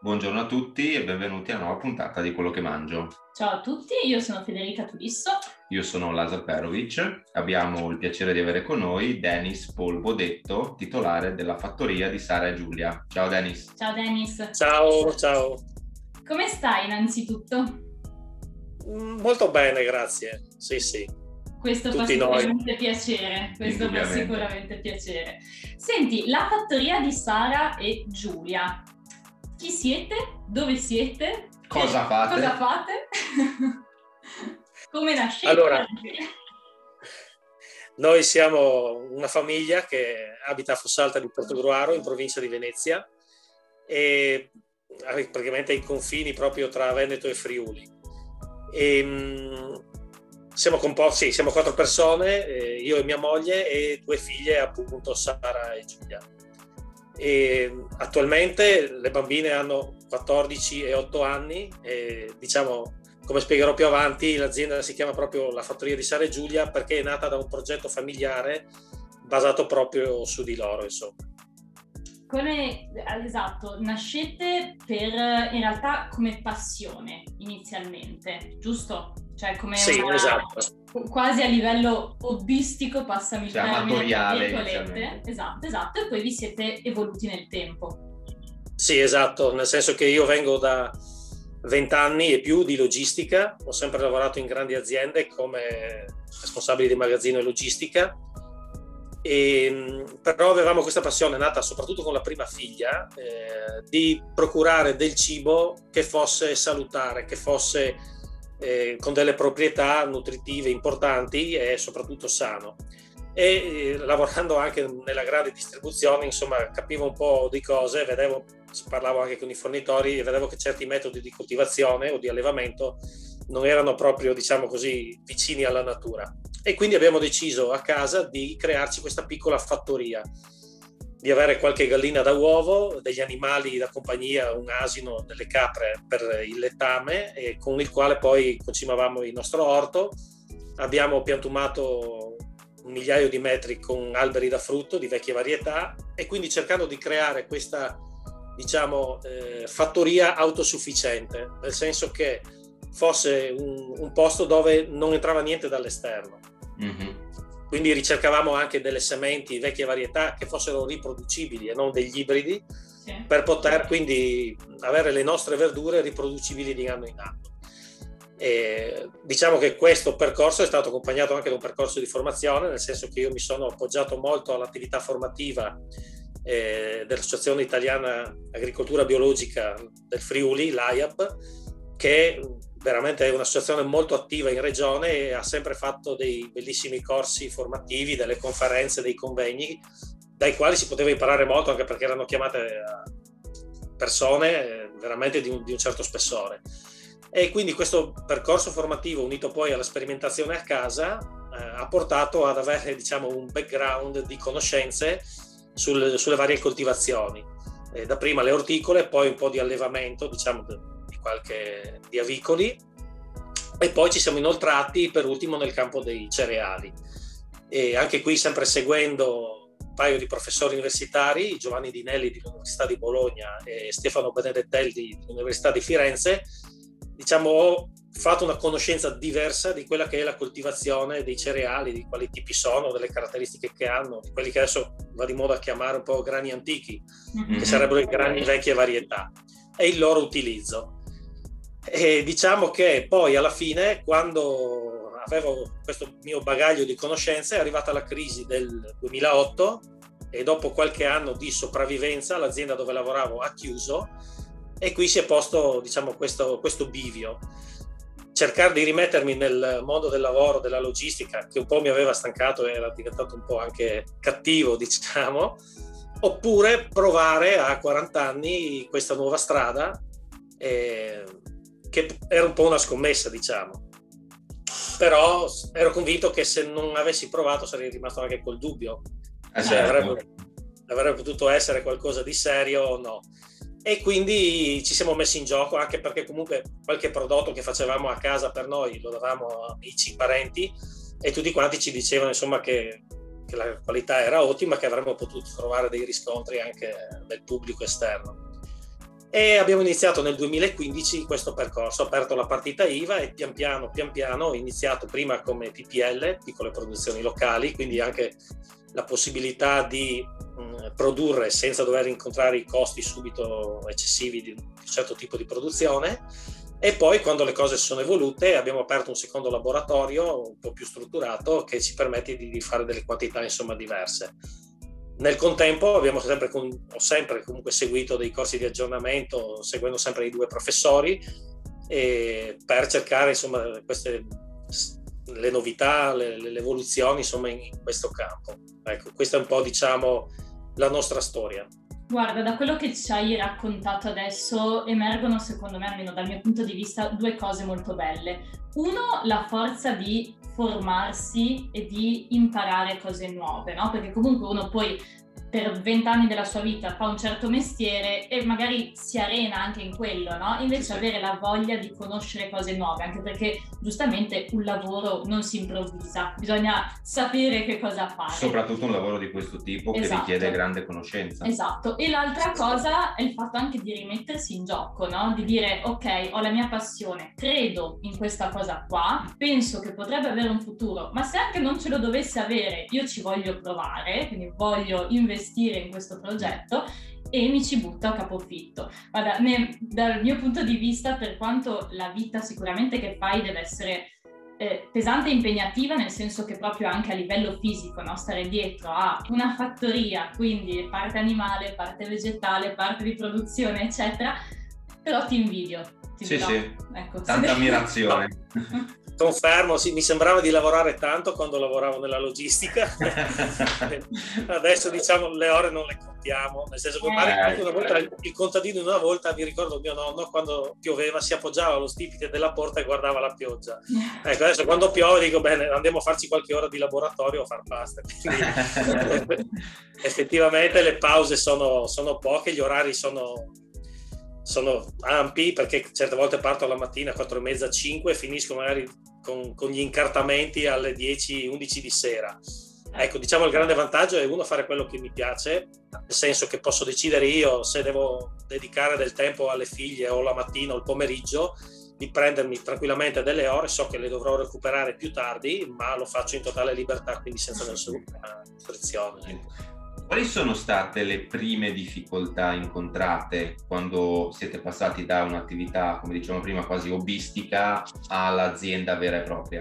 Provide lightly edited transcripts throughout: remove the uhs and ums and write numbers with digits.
Buongiorno a tutti e benvenuti a una nuova puntata di Quello che mangio. Ciao a tutti, io sono Federica Tulisso. Io sono Lazar Perovic. Abbiamo il piacere di avere con noi Denis Polbodetto, titolare della fattoria di Sara e Giulia. Ciao Denis. Ciao Denis. Ciao. Come stai innanzitutto? Molto bene, grazie. Sì. Questo fa sicuramente piacere. Senti, la fattoria di Sara e Giulia. Chi siete? Dove siete? Cosa fate? Come nascete? Allora, noi siamo una famiglia che abita a Fossalta di Portogruaro, in provincia di Venezia, e praticamente ai confini proprio tra Veneto e Friuli. Siamo composti, siamo 4 persone, io e mia moglie e 2 figlie, appunto Sara e Giulia. E attualmente le bambine hanno 14 e 8 anni e, diciamo, come spiegherò più avanti, l'azienda si chiama proprio la Fattoria di Sara e Giulia perché è nata da un progetto familiare basato proprio su di loro, insomma. Esatto, nascete in realtà come passione inizialmente, giusto? Cioè come esatto. Quasi a livello hobbistico, passami il termine, amatoriale. Esatto, e poi vi siete evoluti nel tempo. Sì, esatto, nel senso che io vengo da 20 anni e più di logistica, ho sempre lavorato in grandi aziende come responsabile di magazzino e logistica, però avevamo questa passione nata soprattutto con la prima figlia di procurare del cibo che fosse salutare, che fosse con delle proprietà nutritive importanti e soprattutto sano. Lavorando anche nella grande distribuzione, insomma, capivo un po' di cose, parlavo anche con i fornitori e vedevo che certi metodi di coltivazione o di allevamento non erano proprio, diciamo così, vicini alla natura. E quindi abbiamo deciso a casa di crearci questa piccola fattoria, di avere qualche gallina da uovo, degli animali da compagnia, un asino, delle capre per il lettame, e con il quale poi concimavamo il nostro orto. Abbiamo piantumato 1 migliaio di metri con alberi da frutto di vecchie varietà e quindi cercando di creare questa, diciamo, fattoria autosufficiente, nel senso che fosse un posto dove non entrava niente dall'esterno. Mm-hmm. Quindi ricercavamo anche delle sementi, vecchie varietà che fossero riproducibili e non degli ibridi, per poter quindi avere le nostre verdure riproducibili di anno in anno. E diciamo che questo percorso è stato accompagnato anche da un percorso di formazione, nel senso che io mi sono appoggiato molto all'attività formativa dell'Associazione Italiana Agricoltura Biologica del Friuli, l'AIAB, che veramente è un'associazione molto attiva in regione e ha sempre fatto dei bellissimi corsi formativi, delle conferenze, dei convegni, dai quali si poteva imparare molto, anche perché erano chiamate persone veramente di un certo spessore. E quindi questo percorso formativo, unito poi alla sperimentazione a casa, ha portato ad avere, diciamo, un background di conoscenze sulle varie coltivazioni. Dapprima le orticole, poi un po' di allevamento, diciamo, di avicoli, e poi ci siamo inoltrati per ultimo nel campo dei cereali. E anche qui sempre seguendo un paio di professori universitari, Giovanni Dinelli dell'Università di Bologna e Stefano Benedettelli dell'Università di Firenze, diciamo, ho fatto una conoscenza diversa di quella che è la coltivazione dei cereali, di quali tipi sono, delle caratteristiche che hanno, di quelli che adesso va di moda chiamare un po' grani antichi, che sarebbero i grani vecchie varietà, e il loro utilizzo. E diciamo che poi alla fine, quando avevo questo mio bagaglio di conoscenze, è arrivata la crisi del 2008 e dopo qualche anno di sopravvivenza l'azienda dove lavoravo ha chiuso e qui si è posto, diciamo, questo bivio. Cercare di rimettermi nel mondo del lavoro, della logistica, che un po' mi aveva stancato e era diventato un po' anche cattivo, diciamo, oppure provare a 40 anni questa nuova strada, che era un po' una scommessa, diciamo. Però ero convinto che se non avessi provato sarei rimasto anche col dubbio. Certo. Avrebbe potuto essere qualcosa di serio o no. E quindi ci siamo messi in gioco, anche perché comunque qualche prodotto che facevamo a casa per noi lo davamo a amici, parenti, e tutti quanti ci dicevano, insomma, che la qualità era ottima, che avremmo potuto trovare dei riscontri anche del pubblico esterno. E abbiamo iniziato nel 2015 questo percorso, ho aperto la partita IVA e pian piano ho iniziato prima come PPL, piccole produzioni locali, quindi anche la possibilità di produrre senza dover incontrare i costi subito eccessivi di un certo tipo di produzione. E poi, quando le cose sono evolute, abbiamo aperto un secondo laboratorio un po' più strutturato che ci permette di fare delle quantità insomma diverse. Nel contempo ho sempre comunque seguito dei corsi di aggiornamento, seguendo sempre i 2 professori, per cercare insomma le novità, le evoluzioni insomma in questo campo. Ecco, questa è un po' diciamo la nostra storia. Guarda, da quello che ci hai raccontato adesso emergono, secondo me, almeno dal mio punto di vista, 2 cose molto belle. Uno, la forza di formarsi e di imparare cose nuove, no? Perché comunque uno poi per 20 anni della sua vita fa un certo mestiere e magari si arena anche in quello, no? Invece avere la voglia di conoscere cose nuove, anche perché giustamente un lavoro non si improvvisa, bisogna sapere che cosa fare. Soprattutto un lavoro di questo tipo che richiede grande conoscenza. Esatto, e l'altra cosa è il fatto anche di rimettersi in gioco, no? Di dire ok, ho la mia passione, credo in questa cosa qua, penso che potrebbe avere un futuro, ma se anche non ce lo dovesse avere, io ci voglio provare, quindi voglio investire in questo progetto e mi ci butto a capofitto. Guarda, dal mio punto di vista, per quanto la vita sicuramente che fai deve essere pesante e impegnativa, nel senso che proprio anche a livello fisico, no? Stare dietro a una fattoria, quindi parte animale, parte vegetale, parte di produzione, eccetera, però ti invidio. Sì, ecco, tanta ammirazione. Confermo, sì, mi sembrava di lavorare tanto quando lavoravo nella logistica. Adesso diciamo le ore non le contiamo, nel senso che anche una volta il contadino, una volta mi ricordo mio nonno, quando pioveva si appoggiava allo stipite della porta e guardava la pioggia. Ecco, adesso quando piove dico bene, andiamo a farci qualche ora di laboratorio a far pasta. Quindi, effettivamente le pause sono poche, gli orari sono ampi, perché certe volte parto alla mattina 4:30, 5 e finisco magari con gli incartamenti alle 10, 11 di sera. Ecco, diciamo il grande vantaggio è fare quello che mi piace, nel senso che posso decidere io se devo dedicare del tempo alle figlie o la mattina o il pomeriggio, di prendermi tranquillamente delle ore, so che le dovrò recuperare più tardi, ma lo faccio in totale libertà, quindi senza nessuna restrizione. Quali sono state le prime difficoltà incontrate quando siete passati da un'attività, come dicevamo prima, quasi hobbistica all'azienda vera e propria?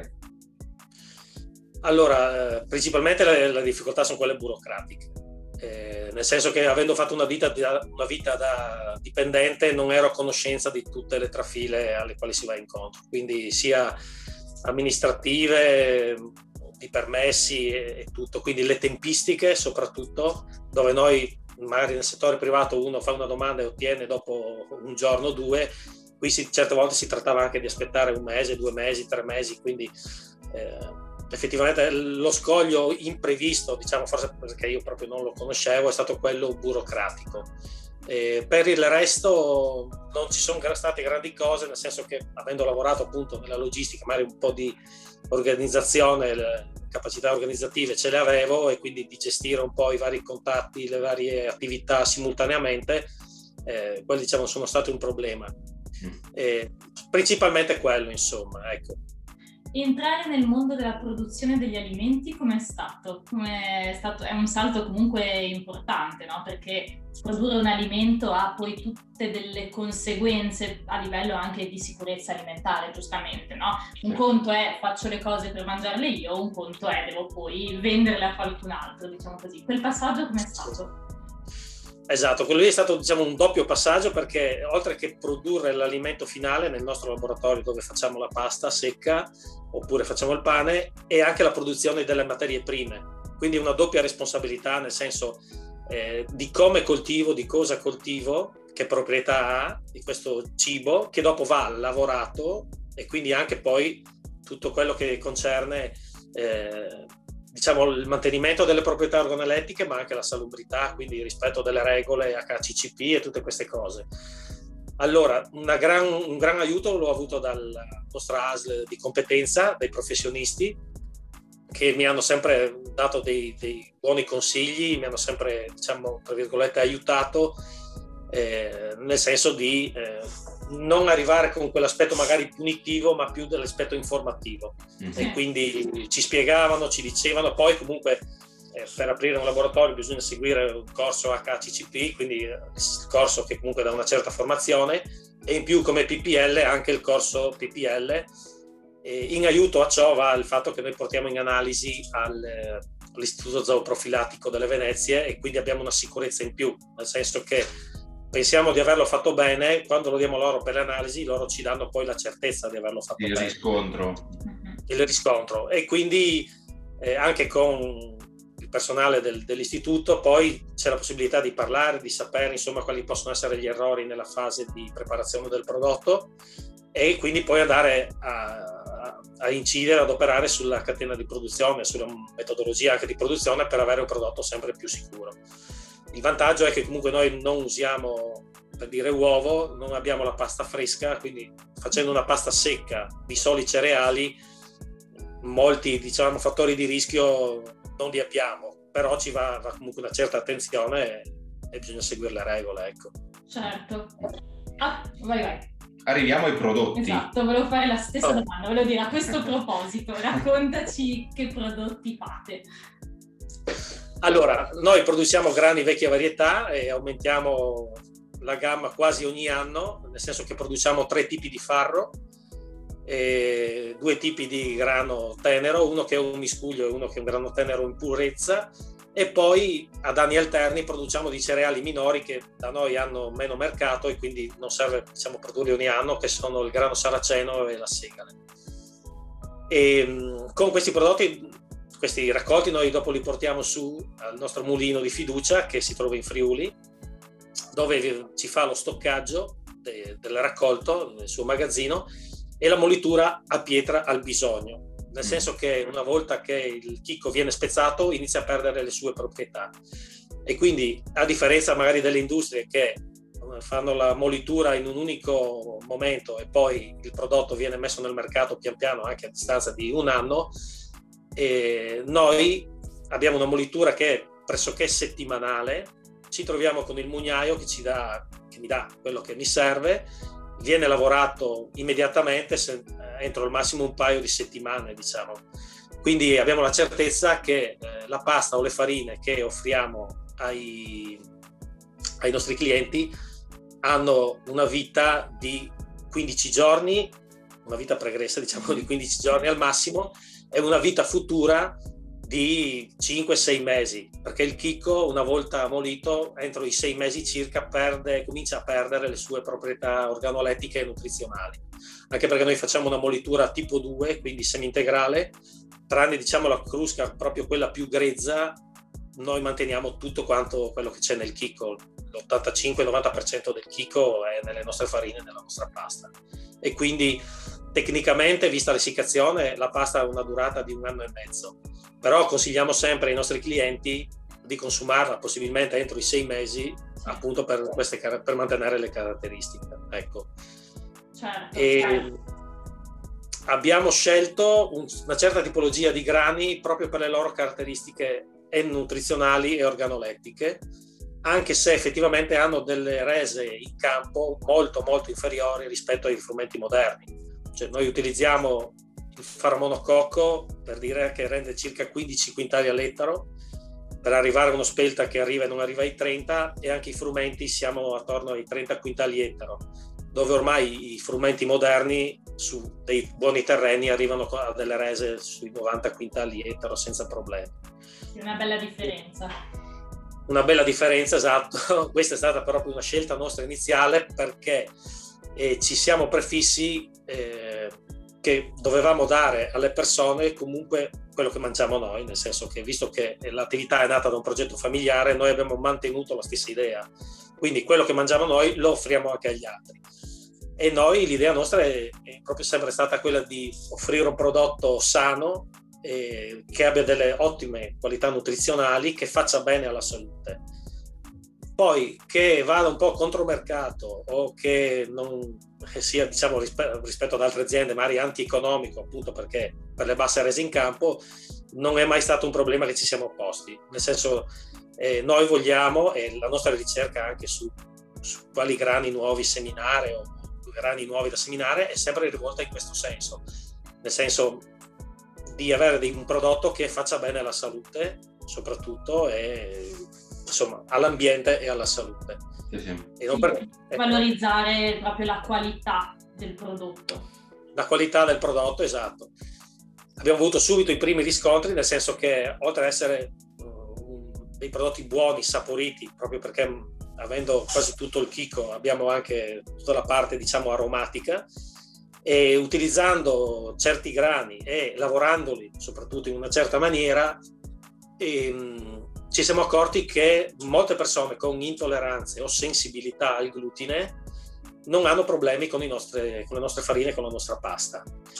Allora, principalmente le difficoltà sono quelle burocratiche, nel senso che avendo fatto una vita da dipendente non ero a conoscenza di tutte le trafile alle quali si va incontro, quindi sia amministrative, di permessi e tutto, quindi le tempistiche soprattutto, dove noi magari nel settore privato uno fa una domanda e ottiene dopo un giorno o 2, qui certe volte si trattava anche di aspettare 1 mese, 2 mesi, 3 mesi, quindi effettivamente lo scoglio imprevisto, diciamo, forse perché io proprio non lo conoscevo, è stato quello burocratico. Per il resto non ci sono state grandi cose, nel senso che avendo lavorato appunto nella logistica, magari un po' di organizzazione, le capacità organizzative ce le avevo, e quindi di gestire un po' i vari contatti, le varie attività simultaneamente, quelli diciamo sono stati un problema. Principalmente quello, insomma, ecco. Entrare nel mondo della produzione degli alimenti com'è stato? È un salto comunque importante, no? Perché produrre un alimento ha poi tutte delle conseguenze a livello anche di sicurezza alimentare, giustamente, no? Un conto è faccio le cose per mangiarle io, un conto è devo poi venderle a qualcun altro, diciamo così. Quel passaggio com'è stato? Esatto, quello lì è stato diciamo un doppio passaggio, perché oltre che produrre l'alimento finale nel nostro laboratorio dove facciamo la pasta secca oppure facciamo il pane, e anche la produzione delle materie prime, quindi una doppia responsabilità, nel senso di come coltivo, di cosa coltivo, che proprietà ha di questo cibo che dopo va lavorato, e quindi anche poi tutto quello che concerne diciamo il mantenimento delle proprietà organolettiche, ma anche la salubrità, quindi il rispetto delle regole HACCP e tutte queste cose. Allora, un gran aiuto l'ho avuto dalla nostra ASL di competenza, dei professionisti, che mi hanno sempre dato dei buoni consigli, mi hanno sempre, diciamo, tra virgolette, aiutato nel senso di non arrivare con quell'aspetto magari punitivo, ma più dell'aspetto informativo. E quindi ci spiegavano, ci dicevano, poi comunque per aprire un laboratorio bisogna seguire un corso HACCP, quindi il corso che comunque dà una certa formazione, e in più come PPL anche il corso PPL. In aiuto a ciò va il fatto che noi portiamo in analisi all'Istituto Zooprofilattico delle Venezie, e quindi abbiamo una sicurezza in più, nel senso che pensiamo di averlo fatto bene, quando lo diamo loro per le analisi loro ci danno poi la certezza di averlo fatto bene. Il riscontro. E quindi anche con il personale dell'istituto poi c'è la possibilità di parlare, di sapere insomma quali possono essere gli errori nella fase di preparazione del prodotto, e quindi poi andare a incidere, ad operare sulla catena di produzione, sulla metodologia anche di produzione, per avere un prodotto sempre più sicuro. Il vantaggio è che comunque noi non usiamo, per dire, uovo, non abbiamo la pasta fresca, quindi facendo una pasta secca di soli cereali molti, diciamo, fattori di rischio non li abbiamo, però ci va comunque una certa attenzione e bisogna seguire le regole, ecco. Certo. Vai. Arriviamo ai prodotti. Esatto, volevo fare la stessa domanda, volevo dire, a questo proposito, raccontaci che prodotti fate. Allora, noi produciamo grani vecchia varietà e aumentiamo la gamma quasi ogni anno, nel senso che produciamo 3 tipi di farro, e 2 tipi di grano tenero, uno che è un miscuglio e uno che è un grano tenero in purezza, e poi ad anni alterni produciamo di cereali minori che da noi hanno meno mercato e quindi non serve, diciamo, produrli ogni anno, che sono il grano saraceno e la segale. E con questi prodotti, questi raccolti, noi dopo li portiamo su al nostro mulino di fiducia che si trova in Friuli, dove ci fa lo stoccaggio del raccolto nel suo magazzino e la molitura a pietra al bisogno, nel senso che una volta che il chicco viene spezzato inizia a perdere le sue proprietà, e quindi, a differenza magari delle industrie che fanno la molitura in un unico momento e poi il prodotto viene messo nel mercato pian piano anche a distanza di un anno, noi abbiamo una molitura che è pressoché settimanale. Ci troviamo con il mugnaio che mi dà quello che mi serve, viene lavorato immediatamente entro al massimo un paio di settimane, diciamo. Quindi abbiamo la certezza che la pasta o le farine che offriamo ai nostri clienti hanno una vita di 15 giorni, una vita pregressa, diciamo, di 15 giorni al massimo, e una vita futura di 5-6 mesi, perché il chicco, una volta molito, entro i 6 mesi circa comincia a perdere le sue proprietà organolettiche e nutrizionali, anche perché noi facciamo una molitura tipo 2, quindi semi-integrale, tranne, diciamo, la crusca, proprio quella più grezza, noi manteniamo tutto quanto quello che c'è nel chicco, l'85-90% del chicco è nelle nostre farine, nella nostra pasta, e quindi tecnicamente, vista l'essiccazione, la pasta ha una durata di 1 anno e mezzo, però consigliamo sempre ai nostri clienti di consumarla possibilmente entro i 6 mesi, appunto per mantenere le caratteristiche. Ecco. Certo. Abbiamo scelto una certa tipologia di grani proprio per le loro caratteristiche nutrizionali e organolettiche, anche se effettivamente hanno delle rese in campo molto molto inferiori rispetto ai frumenti moderni. Cioè, noi utilizziamo il farro monococco, per dire, che rende circa 15 quintali all'ettaro, per arrivare a uno spelta che arriva e non arriva ai 30, e anche i frumenti siamo attorno ai 30 quintali ettaro, dove ormai i frumenti moderni su dei buoni terreni arrivano a delle rese sui 90 quintali ettaro senza problemi. Una bella differenza. Una bella differenza, esatto. Questa è stata proprio una scelta nostra iniziale, perché ci siamo prefissi che dovevamo dare alle persone comunque quello che mangiamo noi, nel senso che, visto che l'attività è nata da un progetto familiare, noi abbiamo mantenuto la stessa idea, quindi quello che mangiamo noi lo offriamo anche agli altri. E noi, l'idea nostra è proprio sempre stata quella di offrire un prodotto sano, che abbia delle ottime qualità nutrizionali, che faccia bene alla salute. Poi che vada un po' contromercato o che non sia, diciamo, rispetto ad altre aziende magari antieconomico, appunto perché per le basse rese in campo, non è mai stato un problema che ci siamo posti, nel senso noi vogliamo, e la nostra ricerca anche su su quali grani nuovi seminare o grani nuovi da seminare, è sempre rivolta in questo senso, nel senso di avere un prodotto che faccia bene alla salute soprattutto, e insomma all'ambiente e alla salute. E non valorizzare proprio la qualità del prodotto. La qualità del prodotto, esatto. Abbiamo avuto subito i primi riscontri, nel senso che oltre ad essere dei prodotti buoni, saporiti, proprio perché avendo quasi tutto il chicco abbiamo anche tutta la parte diciamo aromatica, e utilizzando certi grani e lavorandoli soprattutto in una certa maniera, ci siamo accorti che molte persone con intolleranze o sensibilità al glutine non hanno problemi con le nostre farine, con la nostra pasta,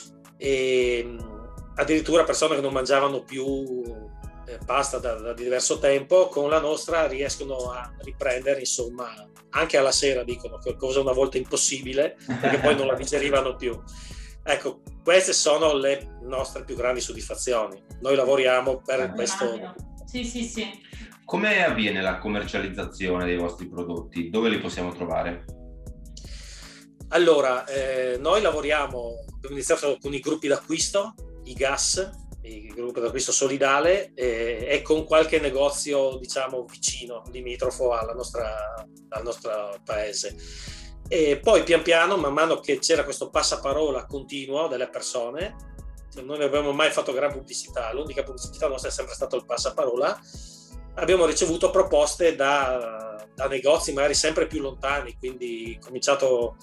e addirittura persone che non mangiavano più pasta da diverso tempo, con la nostra riescono a riprendere, insomma, anche alla sera, dicono, cosa una volta impossibile, perché poi non la digerivano più. Ecco, queste sono le nostre più grandi soddisfazioni. Noi lavoriamo per questo. Sì. Come avviene la commercializzazione dei vostri prodotti? Dove li possiamo trovare? Allora, noi abbiamo iniziato con i gruppi d'acquisto, i GAS, il gruppo d'acquisto solidale, e con qualche negozio diciamo vicino, limitrofo al nostro paese, e poi pian piano, man mano che c'era questo passaparola continuo delle persone, non ne abbiamo mai fatto gran pubblicità, l'unica pubblicità nostra è sempre stato il passaparola, abbiamo ricevuto proposte da negozi magari sempre più lontani, quindi cominciato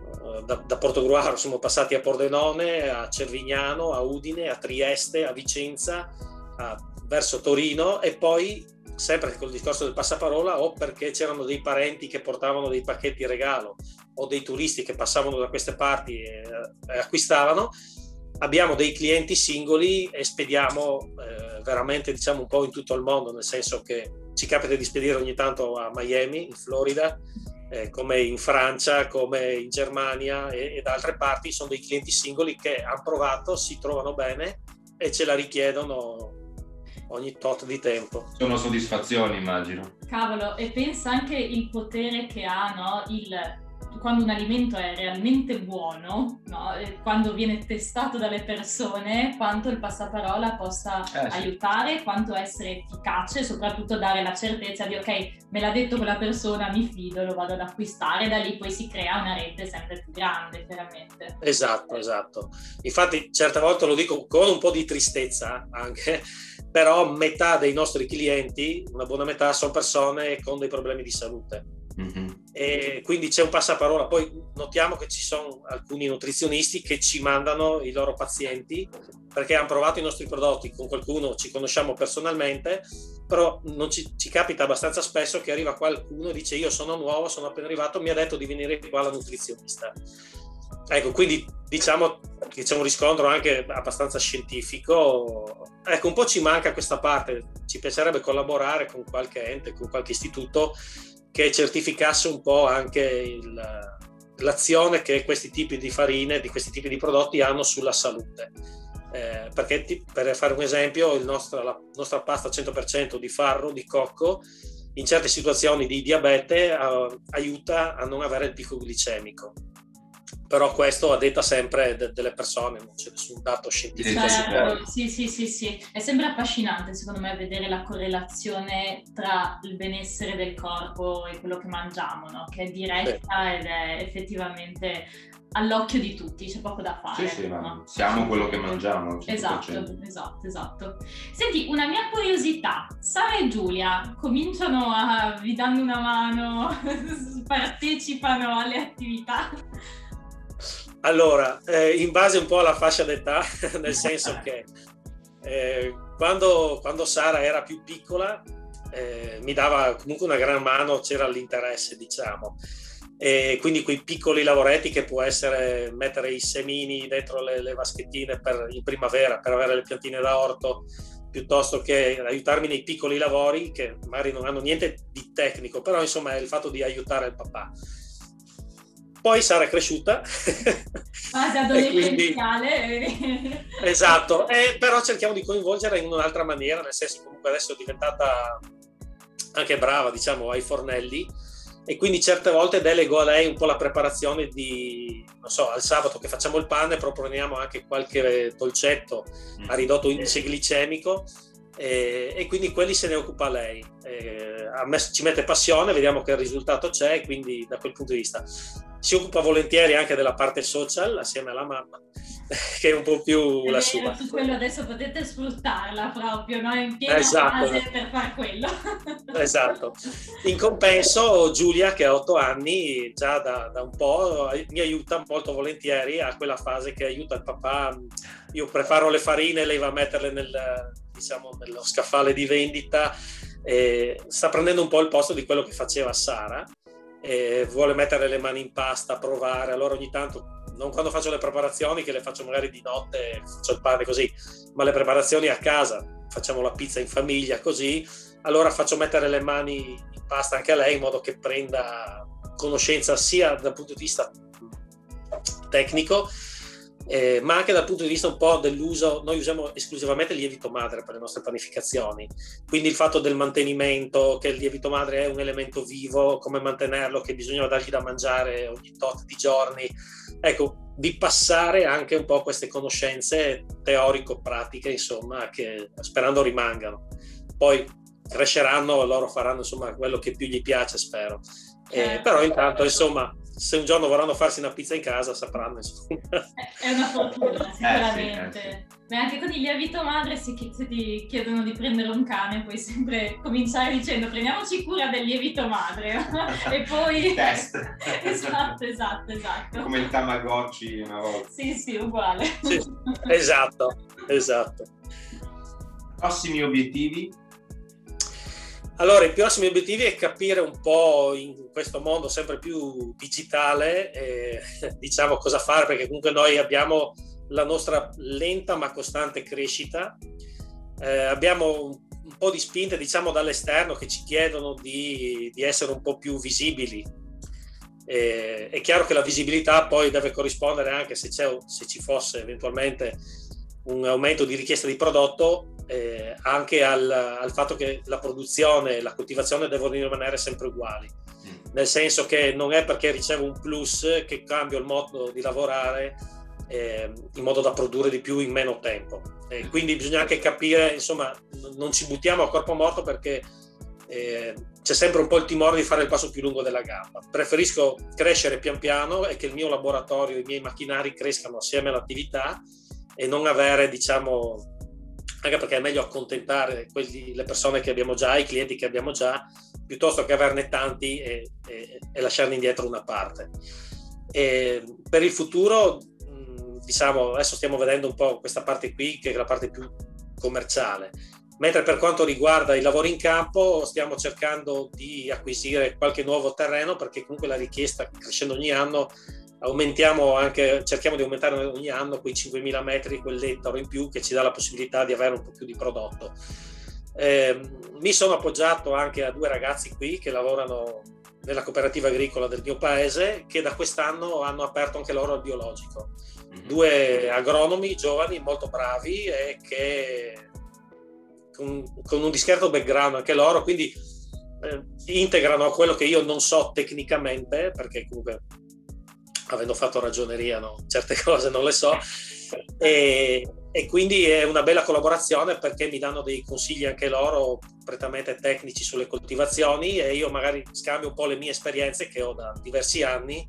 da Portogruaro, siamo passati a Pordenone, a Cervignano, a Udine, a Trieste, a Vicenza, verso Torino, e poi sempre col discorso del passaparola, o perché c'erano dei parenti che portavano dei pacchetti regalo o dei turisti che passavano da queste parti e acquistavano, abbiamo dei clienti singoli e spediamo veramente diciamo un po' in tutto il mondo, nel senso che ci capita di spedire ogni tanto a Miami, in Florida, come in Francia, come in Germania e da altre parti. Sono dei clienti singoli che hanno provato, si trovano bene e ce la richiedono ogni tot di tempo. Sono soddisfazioni, immagino. Cavolo, e pensa anche il potere che ha, no? Quando un alimento è realmente buono, no? Quando viene testato dalle persone, quanto il passaparola possa aiutare, quanto essere efficace, soprattutto dare la certezza di ok, me l'ha detto quella persona, mi fido, lo vado ad acquistare, da lì poi si crea una rete sempre più grande, veramente. Esatto. Infatti certe volte lo dico con un po' di tristezza anche, però metà dei nostri clienti, una buona metà, sono persone con dei problemi di salute. Mm-hmm. E quindi c'è un passaparola. Poi notiamo che ci sono alcuni nutrizionisti che ci mandano i loro pazienti perché hanno provato i nostri prodotti, con qualcuno ci conosciamo personalmente, però non ci capita abbastanza spesso che arriva qualcuno e dice io sono nuovo, sono appena arrivato, mi ha detto di venire qua la nutrizionista. Ecco, quindi diciamo che c'è un riscontro anche abbastanza scientifico. Ecco, un po' ci manca questa parte, ci piacerebbe collaborare con qualche ente, con qualche istituto che certificasse un po' anche l'azione che questi tipi di farine, di questi tipi di prodotti hanno sulla salute. Perché per fare un esempio, la nostra pasta 100% di farro, di cocco, in certe situazioni di diabete aiuta a non avere il picco glicemico. Però questo a detta sempre delle persone, non c'è nessun dato scientifico. Sì. È sempre affascinante secondo me vedere la correlazione tra il benessere del corpo e quello che mangiamo, no? Che è diretta ed è effettivamente all'occhio di tutti, c'è poco da fare. Sì, no? ma siamo quello che mangiamo. 100%. Esatto. Senti, una mia curiosità, Sara e Giulia cominciano vi danno una mano, partecipano alle attività? Allora, in base un po' alla fascia d'età, nel senso che quando Sara era più piccola mi dava comunque una gran mano, c'era l'interesse, diciamo, e quindi quei piccoli lavoretti che può essere mettere i semini dentro le vaschettine in primavera per avere le piantine da orto, piuttosto che aiutarmi nei piccoli lavori che magari non hanno niente di tecnico, però insomma è il fatto di aiutare il papà. Poi Sara è cresciuta. Fase adolescenziale. Esatto, però cerchiamo di coinvolgerla in un'altra maniera, nel senso che comunque adesso è diventata anche brava, diciamo, ai fornelli, e quindi certe volte delego a lei un po' la preparazione di, non so, al sabato che facciamo il pane proponiamo anche qualche dolcetto a ridotto indice glicemico, e quindi quelli se ne occupa lei. A me ci mette passione, vediamo che il risultato c'è, quindi da quel punto di vista si occupa volentieri anche della parte social assieme alla mamma, che è un po' più la sua. Su quello adesso potete sfruttarla proprio, no? In piena Esatto. fase per far quello. Esatto. In compenso Giulia, che ha 8 anni, già da un po' mi aiuta molto volentieri a quella fase che aiuta il papà. Io preparo le farine, lei va a metterle nello scaffale di vendita, sta prendendo un po' il posto di quello che faceva Sara, vuole mettere le mani in pasta, provare. Allora ogni tanto, non quando faccio le preparazioni, che le faccio magari di notte, faccio il pane così, ma le preparazioni a casa, facciamo la pizza in famiglia così, allora faccio mettere le mani in pasta anche a lei, in modo che prenda conoscenza sia dal punto di vista tecnico, ma anche dal punto di vista un po' dell'uso. Noi usiamo esclusivamente il lievito madre per le nostre panificazioni, quindi il fatto del mantenimento, che il lievito madre è un elemento vivo, come mantenerlo, che bisogna dargli da mangiare ogni tot di giorni, ecco, di passare anche un po' queste conoscenze teorico-pratiche, insomma, che sperando rimangano. Poi cresceranno, loro faranno insomma quello che più gli piace, spero. Però intanto, insomma, se un giorno vorranno farsi una pizza in casa, sapranno, insomma. È una fortuna, sicuramente. Sì. Beh, anche con il lievito madre, se ti chiedono di prendere un cane, puoi sempre cominciare dicendo prendiamoci cura del lievito madre e poi test. esatto Come il Tamagotchi una volta. sì, uguale. Sì, esatto. Prossimi obiettivi? Allora, i prossimi obiettivi è capire un po' in questo mondo sempre più digitale, diciamo, cosa fare, perché comunque noi abbiamo la nostra lenta ma costante crescita, abbiamo un po' di spinte, diciamo, dall'esterno, che ci chiedono di essere un po' più visibili. È chiaro che la visibilità poi deve corrispondere anche, se ci fosse eventualmente un aumento di richiesta di prodotto, anche al fatto che la produzione e la coltivazione devono rimanere sempre uguali, nel senso che non è perché ricevo un plus che cambio il modo di lavorare in modo da produrre di più in meno tempo, quindi bisogna anche capire, insomma, non ci buttiamo a corpo morto, perché c'è sempre un po' il timore di fare il passo più lungo della gamba. Preferisco crescere pian piano e che il mio laboratorio, i miei macchinari crescano assieme all'attività, e non avere, diciamo, anche perché è meglio accontentare le persone che abbiamo già, i clienti che abbiamo già, piuttosto che averne tanti e lasciarne indietro una parte. Per il futuro, diciamo, adesso stiamo vedendo un po' questa parte qui, che è la parte più commerciale, mentre per quanto riguarda i lavori in campo stiamo cercando di acquisire qualche nuovo terreno, perché comunque la richiesta, crescendo ogni anno, cerchiamo di aumentare ogni anno quei 5.000 metri, quell'ettaro in più che ci dà la possibilità di avere un po' più di prodotto. Mi sono appoggiato anche a 2 ragazzi qui che lavorano nella cooperativa agricola del mio paese, che da quest'anno hanno aperto anche loro il biologico. 2 agronomi giovani molto bravi e che con un discreto background anche loro, quindi integrano quello che io non so tecnicamente, perché comunque, avendo fatto ragioneria, no, certe cose non le so, e quindi è una bella collaborazione, perché mi danno dei consigli anche loro prettamente tecnici sulle coltivazioni, e io magari scambio un po' le mie esperienze che ho da diversi anni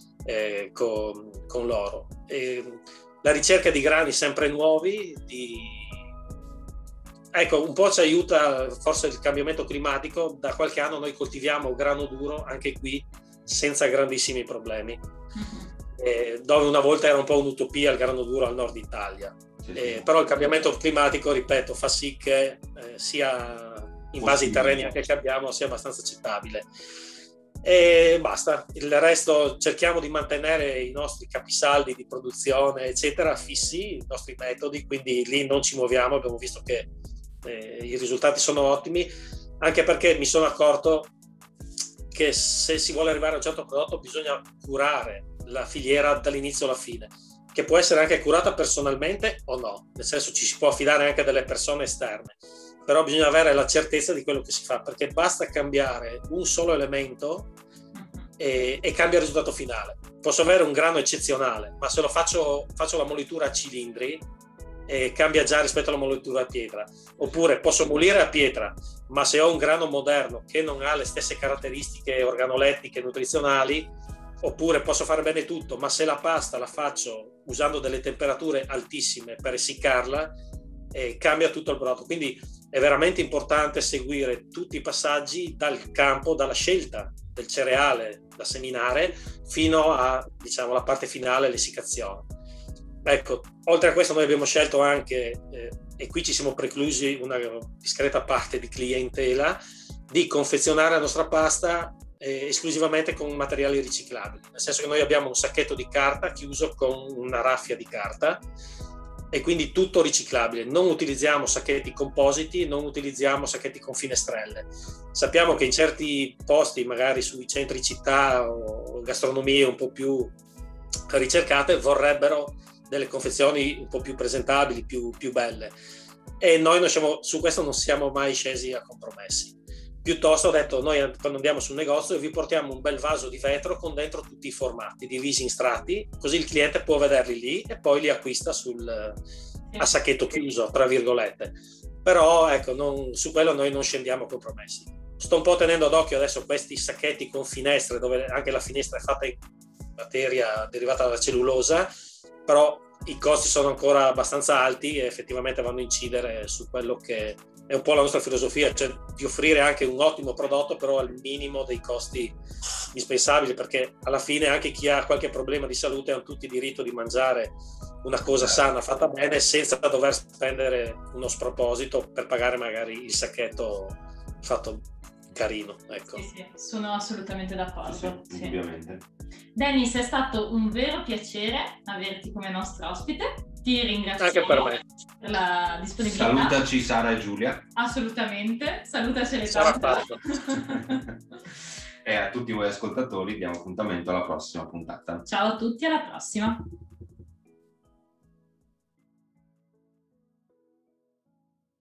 con loro. La ricerca di grani sempre nuovi, ecco, un po' ci aiuta forse il cambiamento climatico. Da qualche anno noi coltiviamo grano duro anche qui senza grandissimi problemi, dove una volta era un po' un'utopia il grano duro al nord Italia. Sì. Però il cambiamento climatico, ripeto, fa sì che sia in base ai terreni anche che abbiamo sia abbastanza accettabile. E basta, il resto cerchiamo di mantenere i nostri capisaldi di produzione eccetera fissi, i nostri metodi, quindi lì non ci muoviamo. Abbiamo visto che i risultati sono ottimi, anche perché mi sono accorto che se si vuole arrivare a un certo prodotto bisogna curare la filiera dall'inizio alla fine, che può essere anche curata personalmente o no, nel senso ci si può affidare anche a delle persone esterne, però bisogna avere la certezza di quello che si fa, perché basta cambiare un solo elemento e cambia il risultato finale. Posso avere un grano eccezionale, ma se lo faccio la molitura a cilindri, cambia già rispetto alla molitura a pietra. Oppure posso molire a pietra, ma se ho un grano moderno che non ha le stesse caratteristiche organolettiche e nutrizionali, oppure posso fare bene tutto, ma se la pasta la faccio usando delle temperature altissime per essiccarla, cambia tutto il prodotto. Quindi è veramente importante seguire tutti i passaggi dal campo, dalla scelta del cereale da seminare fino a, diciamo, la parte finale, l'essiccazione. Ecco, oltre a questo noi abbiamo scelto anche, e qui ci siamo preclusi una discreta parte di clientela, di confezionare la nostra pasta esclusivamente con materiali riciclabili, nel senso che noi abbiamo un sacchetto di carta chiuso con una raffia di carta e quindi tutto riciclabile. Non utilizziamo sacchetti compositi, non utilizziamo sacchetti con finestrelle. Sappiamo che in certi posti, magari sui centri città o gastronomie un po' più ricercate, vorrebbero delle confezioni un po' più presentabili, più belle, e noi su questo non siamo mai scesi a compromessi. Piuttosto ho detto, noi quando andiamo sul negozio vi portiamo un bel vaso di vetro con dentro tutti i formati divisi in strati, così il cliente può vederli lì e poi li acquista a sacchetto chiuso, tra virgolette. Però ecco, su quello noi non scendiamo a compromessi. Sto un po' tenendo d'occhio adesso questi sacchetti con finestre, dove anche la finestra è fatta in materia derivata dalla cellulosa, però i costi sono ancora abbastanza alti e effettivamente vanno a incidere su quello che è un po' la nostra filosofia, cioè di offrire anche un ottimo prodotto però al minimo dei costi indispensabili, perché alla fine anche chi ha qualche problema di salute ha tutti il diritto di mangiare una cosa sana, fatta bene, senza dover spendere uno sproposito per pagare magari il sacchetto fatto carino. Ecco. Sì, sono assolutamente d'accordo. Sì. Ovviamente. Dennis, è stato un vero piacere averti come nostro ospite. Ti ringrazio anche per me per la disponibilità. Salutaci Sara e Giulia. Assolutamente, salutacele sarà tanto. fatto. E a tutti voi ascoltatori diamo appuntamento alla prossima puntata. Ciao a tutti, alla prossima.